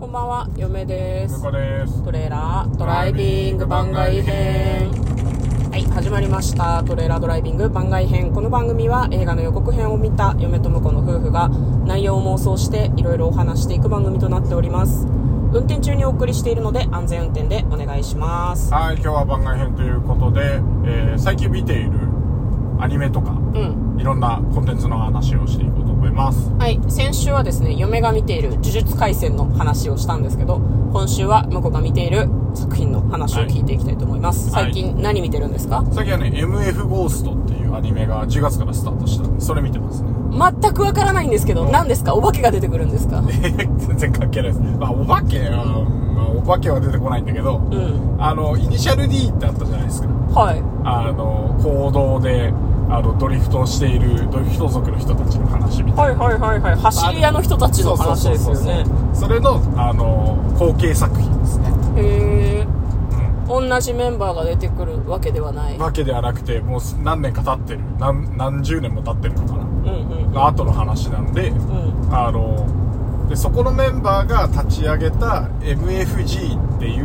こんばんは、嫁です。 向こうです。 トレーラードライビング番外編。はい、始まりました。トレーラードライビング番外編。この番組は映画の予告編を見た嫁と婿の夫婦が内容を妄想していろいろお話していく番組となっております。運転中にお送りしているので安全運転でお願いします。 はい、今日は番外編ということで、最近見ているアニメとか、いろんなコンテンツの話をしていこうと思います。 はい、先週はですね、嫁が見ている呪術廻戦の話をしたんですけど、今週は婿が見ている作品の話を聞いていきたいと思います。最近何見てるんですか？ 最近はね、MF ゴーストっていうアニメが10月からスタートしたんで、それ見てますね。 全くわからないんですけど、何ですか？お化けが出てくるんですか？ 全然関係ないです。お化けは出てこないんだけど、イニシャル D ってあったじゃないですか。 はい。 行動でドリフトをしているドリフト族の人たちの話みたいな。 はい。走り屋の人たちの話ですよね。 それの後継作品ですね。 へー。同じメンバーが出てくるわけではないわけではなくて、もう何年か経ってる、何十年も経ってるのかな、後の話なんで、でそこのメンバーが立ち上げた MFG っていう、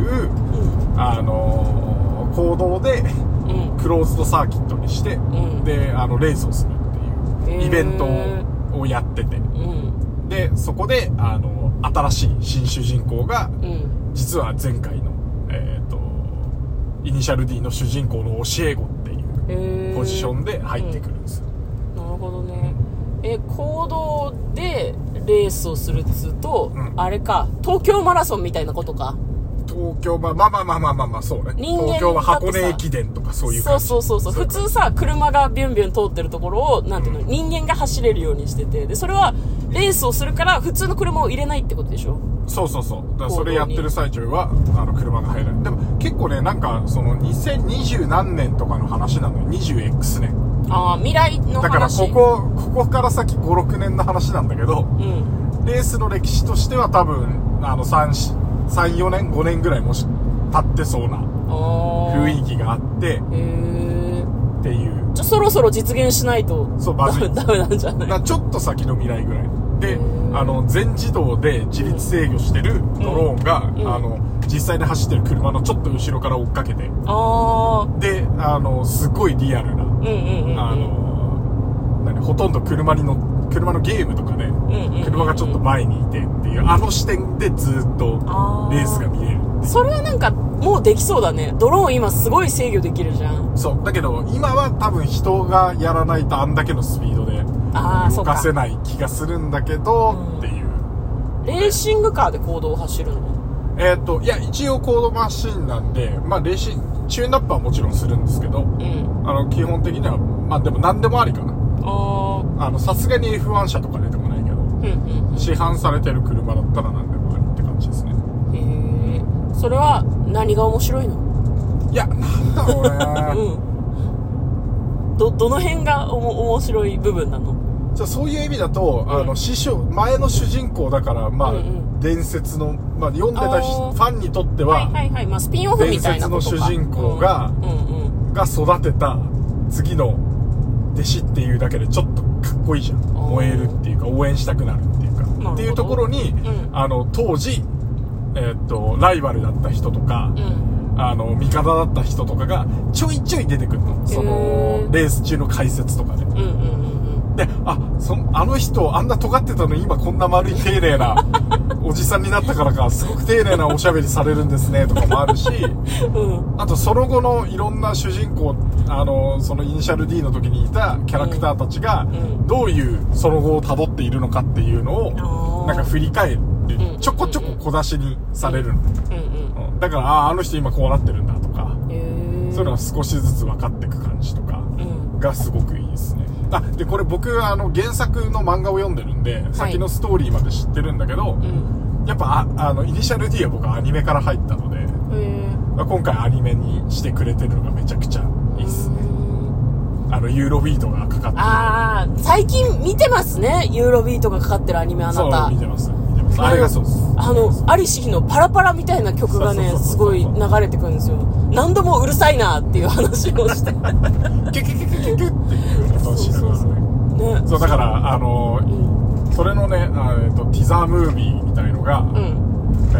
行動で、クローズドサーキットにして、でレースをするっていうイベントをやってて、でそこで新しい新主人公が、実は前回のイニシャル D の主人公の教え子っていうポジションで入ってくるんですよ。 なるほどね。行動でレースをするっつうと、あれか、東京マラソンみたいなことか。 東京まあそうね。東京は箱根駅伝とかそういう感じ。 そう。普通さ、車がビュンビュン通ってるところをなんていうの、人間が走れるようにしてて、でそれはレースをするから普通の車を入れないってことでしょ？そう。 だからそれやってる最中は車が入らない。でも結構ね、なんかその2020何年とかの話なのよ。20X 年。 未来の話。 だからここから先5、6年の話なんだけど、レースの歴史としては多分3、4年、5年ぐらいもし経ってそうな雰囲気があってっていう。 じゃあそろそろ実現しないとまずいダメなんじゃない？ ちょっと先の未来ぐらいで、全自動で自律制御してるドローンが、実際に走ってる車のちょっっと後ろから追っかけて、ですごいリアルな、ほとんど車のゲームとかで、車がちょっと前にいてっていう視点でずっとレースが見える。 それはなんかもうできそうだね。ドローン今すごい制御できるじゃん。 そうだけど今は多分人がやらないとあんだけのスピードで動かせない気がするんだけどっていう。 レーシングカーで公道を走るの？ いや一応コードマシンなんで、レーシングチューンアップはもちろんするんですけど、基本的にはでも何でもありかな。さすがに F1 車とか出てもないけど、市販されてる車だったら何でもありって感じですね。 それは何が面白いの？ いや、なんだろうね。 どの辺が面白い部分なの？ じゃあそういう意味だと、前の主人公だから、伝説の、読んでたファンにとっては、 スピンオフみたいなことか。 伝説の主人公が育てた次の弟子っていうだけでちょっとかっこいいじゃん。燃えるっていうか、応援したくなるっていうか。っていうところに、当時、ライバルだった人とか、味方だった人とかがちょいちょい出てくるの。その、レース中の解説とかで。で、あの人あんな尖ってたのに今こんな丸い丁寧なおじさんになったからか、すごく丁寧なおしゃべりされるんですねとかもあるし、あとその後のいろんな主人公、そのイニシャル D の時にいたキャラクターたちがどういうその後を辿っているのかっていうのをなんか振り返る、ちょこちょこ小出しにされるの。だからあの人今こうなってるんだとか、そういうのが少しずつ分かっていく感じとかがすごくいいですね。でこれ僕原作の漫画を読んでるんで、先のストーリーまで知ってるんだけど、やっぱイニシャル D は僕はアニメから入ったので、今回アニメにしてくれてるのがめちゃくちゃいいっすね。ユーロビートがかかってる。 最近見てますね。ユーロビートがかかってるアニメ。あなた。 そう、見てます。あれがそうです。 アリシヒのパラパラみたいな曲がね、すごい流れてくるんですよ。何度もうるさいなっていう話をして。 キュキュキュキュキュキュっていう音をしながらね。そう、だから、それのね、ティザームービーみたいのが、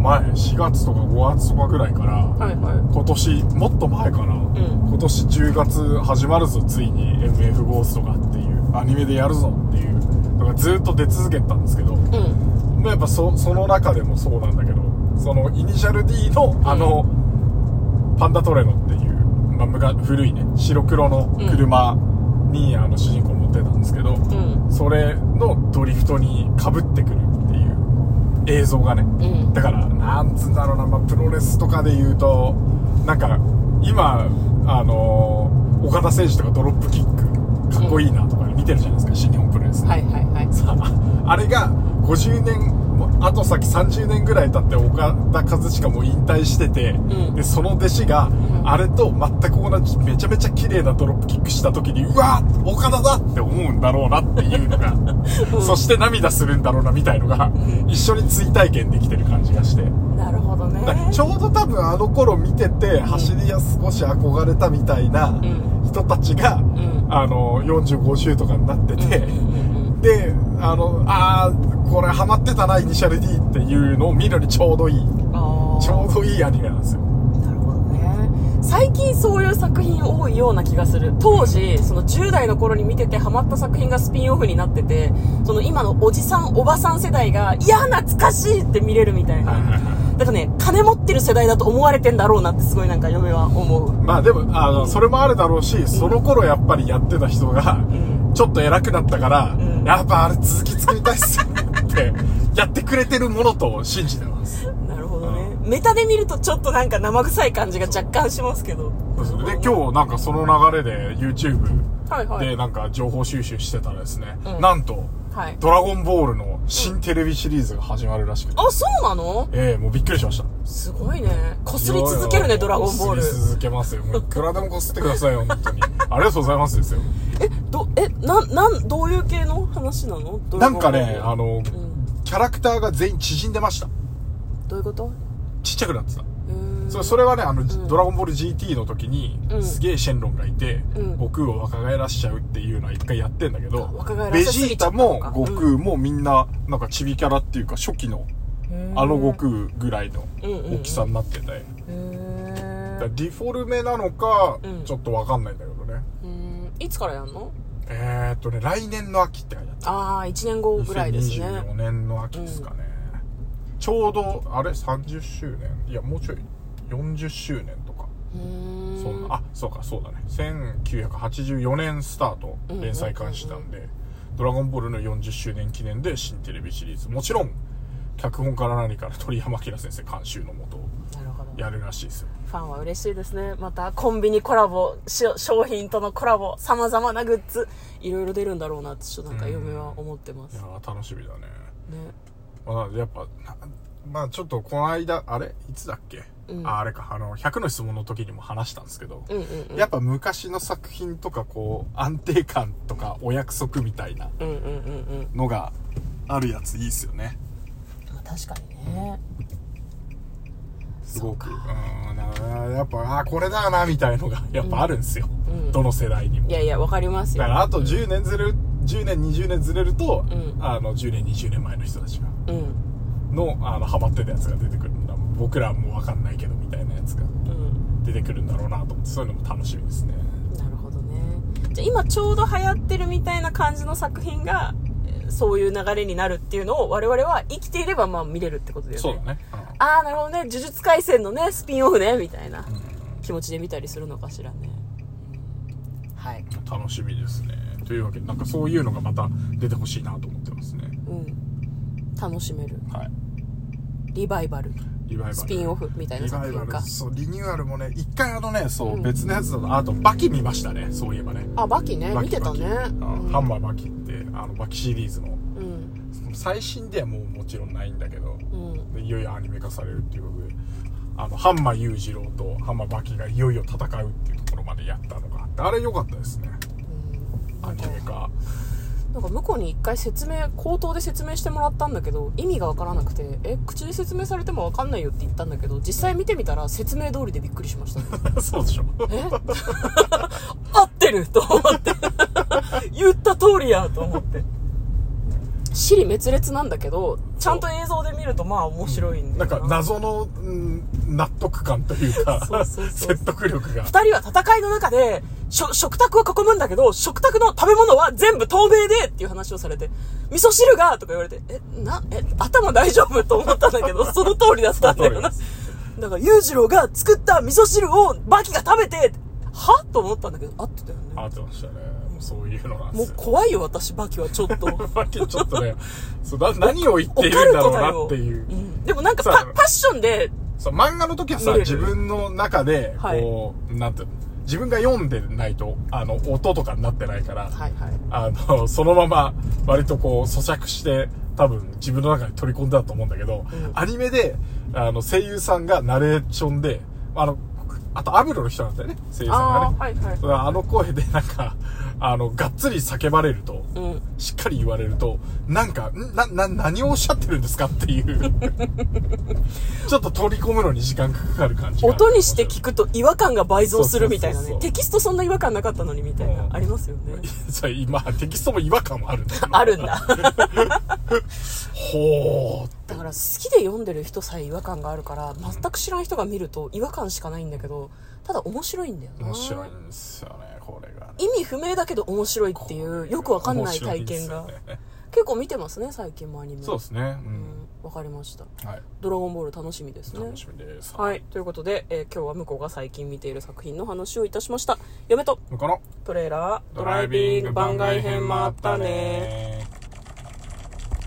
前4月とか5月とかぐらいから、はいはい、今年もっと前かな、今年10月始まるぞついに MF ゴーストがっていうアニメでやるぞっていうのがずっと出続けたんですけど、やっぱその中でもそうなんだけど、そのイニシャル D のパンダトレノっていう、古いね白黒の車に、主人公乗ってたんですけど、それのドリフトに被ってくるっていう映像がね、だからなんつうんだろうな、プロレスとかで言うとなんか今岡田選手とかドロップキックかっこいいなとか見てるじゃないですか、新日本プロレス、はいはいはい、さあれが50年あと先30年ぐらい経って岡田和親も引退してて、でその弟子があれと全く同じめちゃめちゃ綺麗なドロップキックした時にうわ岡田だって思うんだろうなっていうのがそして涙するんだろうなみたいのが一緒に追体験できてる感じがして、 なるほどね。 ちょうど多分あの頃見てて走りや少し憧れたみたいな人たちが、40、50とかになってて、でこれハマってたなイニシャル D っていうのを見るにちょうどいいアニメなんですよ。 なるほどね。最近そういう作品多いような気がする。当時その10代の頃に見ててハマった作品がスピンオフになってて、その今のおじさんおばさん世代がいや懐かしいって見れるみたいな、だからね、金持ってる世代だと思われてんだろうなってすごいなんか嫁は思う。 でもそれもあるだろうし、その頃やっぱりやってた人がちょっと偉くなったから、やっぱあれ続き作りたいっすよってやってくれてるものと信じてます。 なるほどね。メタで見るとちょっとなんか生臭い感じが若干しますけど。 で今日なんかその流れで YouTube でなんか情報収集してたらですね、なんと、ドラゴンボールの新テレビシリーズが始まるらしくて、 あ、そうなの？ もうびっくりしました。 すごいね。こすり続けるね、ドラゴンボール。 こすり続けますよ。もういくらでもこすってくださいよ、本当に。ありがとうございますですよ。 どういう系の話なの？ なんかね、キャラクターが全員縮んでました。 どういうこと？ ちっちゃくなってた。それはね、ドラゴンボール GT の時に、すげえシェンロンがいて、悟空を若返らしちゃうっていうのは一回やってんだけど、ベジータも悟空もみんな、なんかチビキャラっていうか初期の、悟空ぐらいの大きさになってて、ディフォルメなのか、ちょっとわかんないんだけどね。 いつからやんの？ 来年の秋って書いてあった。 1年後ぐらいですね。 2024年の秋ですかね。ちょうど、30周年いや、もうちょい。40周年とかそうだね、1984年スタート連載開始なんで、ドラゴンボールの40周年記念で新テレビシリーズ、もちろん脚本から何から鳥山明先生監修のもとやるらしいですよ。 ファンは嬉しいですね。またコンビニコラボ、商品とのコラボ、様々なグッズいろいろ出るんだろうなってちょっとなんか嫁は思ってます。 いや楽しみだね。やっぱちょっとこの間いつだっけ、あれか100の質問の時にも話したんですけど、やっぱ昔の作品とかこう安定感とかお約束みたいなのがあるやついいっすよね。 確かにね。 すごくやっぱこれだなみたいのがやっぱあるんですよ、どの世代にも。 いやわかりますよ。 だからあと10年20年ずれると、10年20年前の人たちがハマってたやつが出てくるんだ。僕らも分かんないけどみたいなやつが出てくるんだろうなと思って、そういうのも楽しみですね。 なるほどね。じゃあ今ちょうど流行ってるみたいな感じの作品がそういう流れになるっていうのを我々は生きていれば見れるってことだよね。 そうだね。 なるほどね。呪術廻戦のねスピンオフねみたいな気持ちで見たりするのかしらね。はい。 楽しみですね。というわけでなんかそういうのがまた出てほしいなと思ってますね。 楽しめる。 はい。 リバイバルスピンオフみたいな作品か。 そう、リニューアルもね、一回別のやつだと、あとバキ見ましたね、そういえばね。 バキね、見てたね。 ハンマーバキって、バキシリーズの、最新ではもちろんないんだけど、いよいよアニメ化されるっていうことで、ハンマー裕次郎とハンマーバキがいよいよ戦うっていうところまでやったのがあって、あれ良かったですね。アニメ化。 なんか向こうに一回口頭で説明してもらったんだけど意味がわからなくて口で説明されてもわかんないよって言ったんだけど実際見てみたら説明通りでびっくりしましたね。 そうでしょ。 合ってると思って言った通りやと思って支離滅裂なんだけどちゃんと映像で見るとまあ面白いんで、 なんか謎の、納得感というか説得力が。 二人は戦いの中で食卓を囲むんだけど、食卓の食べ物は全部透明でっていう話をされて、味噌汁がとか言われて、頭大丈夫と思ったんだけどその通りだったんだよな。だから裕次郎が作った味噌汁をバキが食べて、はと思ったんだけど、合ってたよね。 合ってましたね。そういうのなんですよ。 もう怖いよ私、バキはちょっとバキちょっとね何を言っているんだろうなっていう、 でもなんかパッションで漫画の時はさ、自分の中でこう、なんていうの、自分が読んでないと音とかになってないから、そのまま割とこう咀嚼して多分自分の中に取り込んだと思うんだけど、アニメで声優さんがナレーションであとアムロの人なんだよね、声優さんがね。声でなんかがっつり叫ばれると、しっかり言われると、なんか何をおっしゃってるんですかっていうちょっと取り込むのに時間かかる感じが、 音にして聞くと違和感が倍増するみたいなね。テキストそんな違和感なかったのにみたいな、ありますよね。 今テキストも違和感もあるんだあるんだほー。 だから好きで読んでる人さえ違和感があるから、全く知らん人が見ると違和感しかないんだけど、ただ面白いんだよな。 面白いんですよね、これが。 意味不明だけど面白いっていうよくわかんない体験が、結構見てますね最近もアニメ。 そうですね。 わかりました。 はい。 ドラゴンボール楽しみですね。 楽しみです。 はい。ということで、今日は向こうが最近見ている作品の話をいたしました。嫁と向こうのトレーラードライビング番外編もあったね。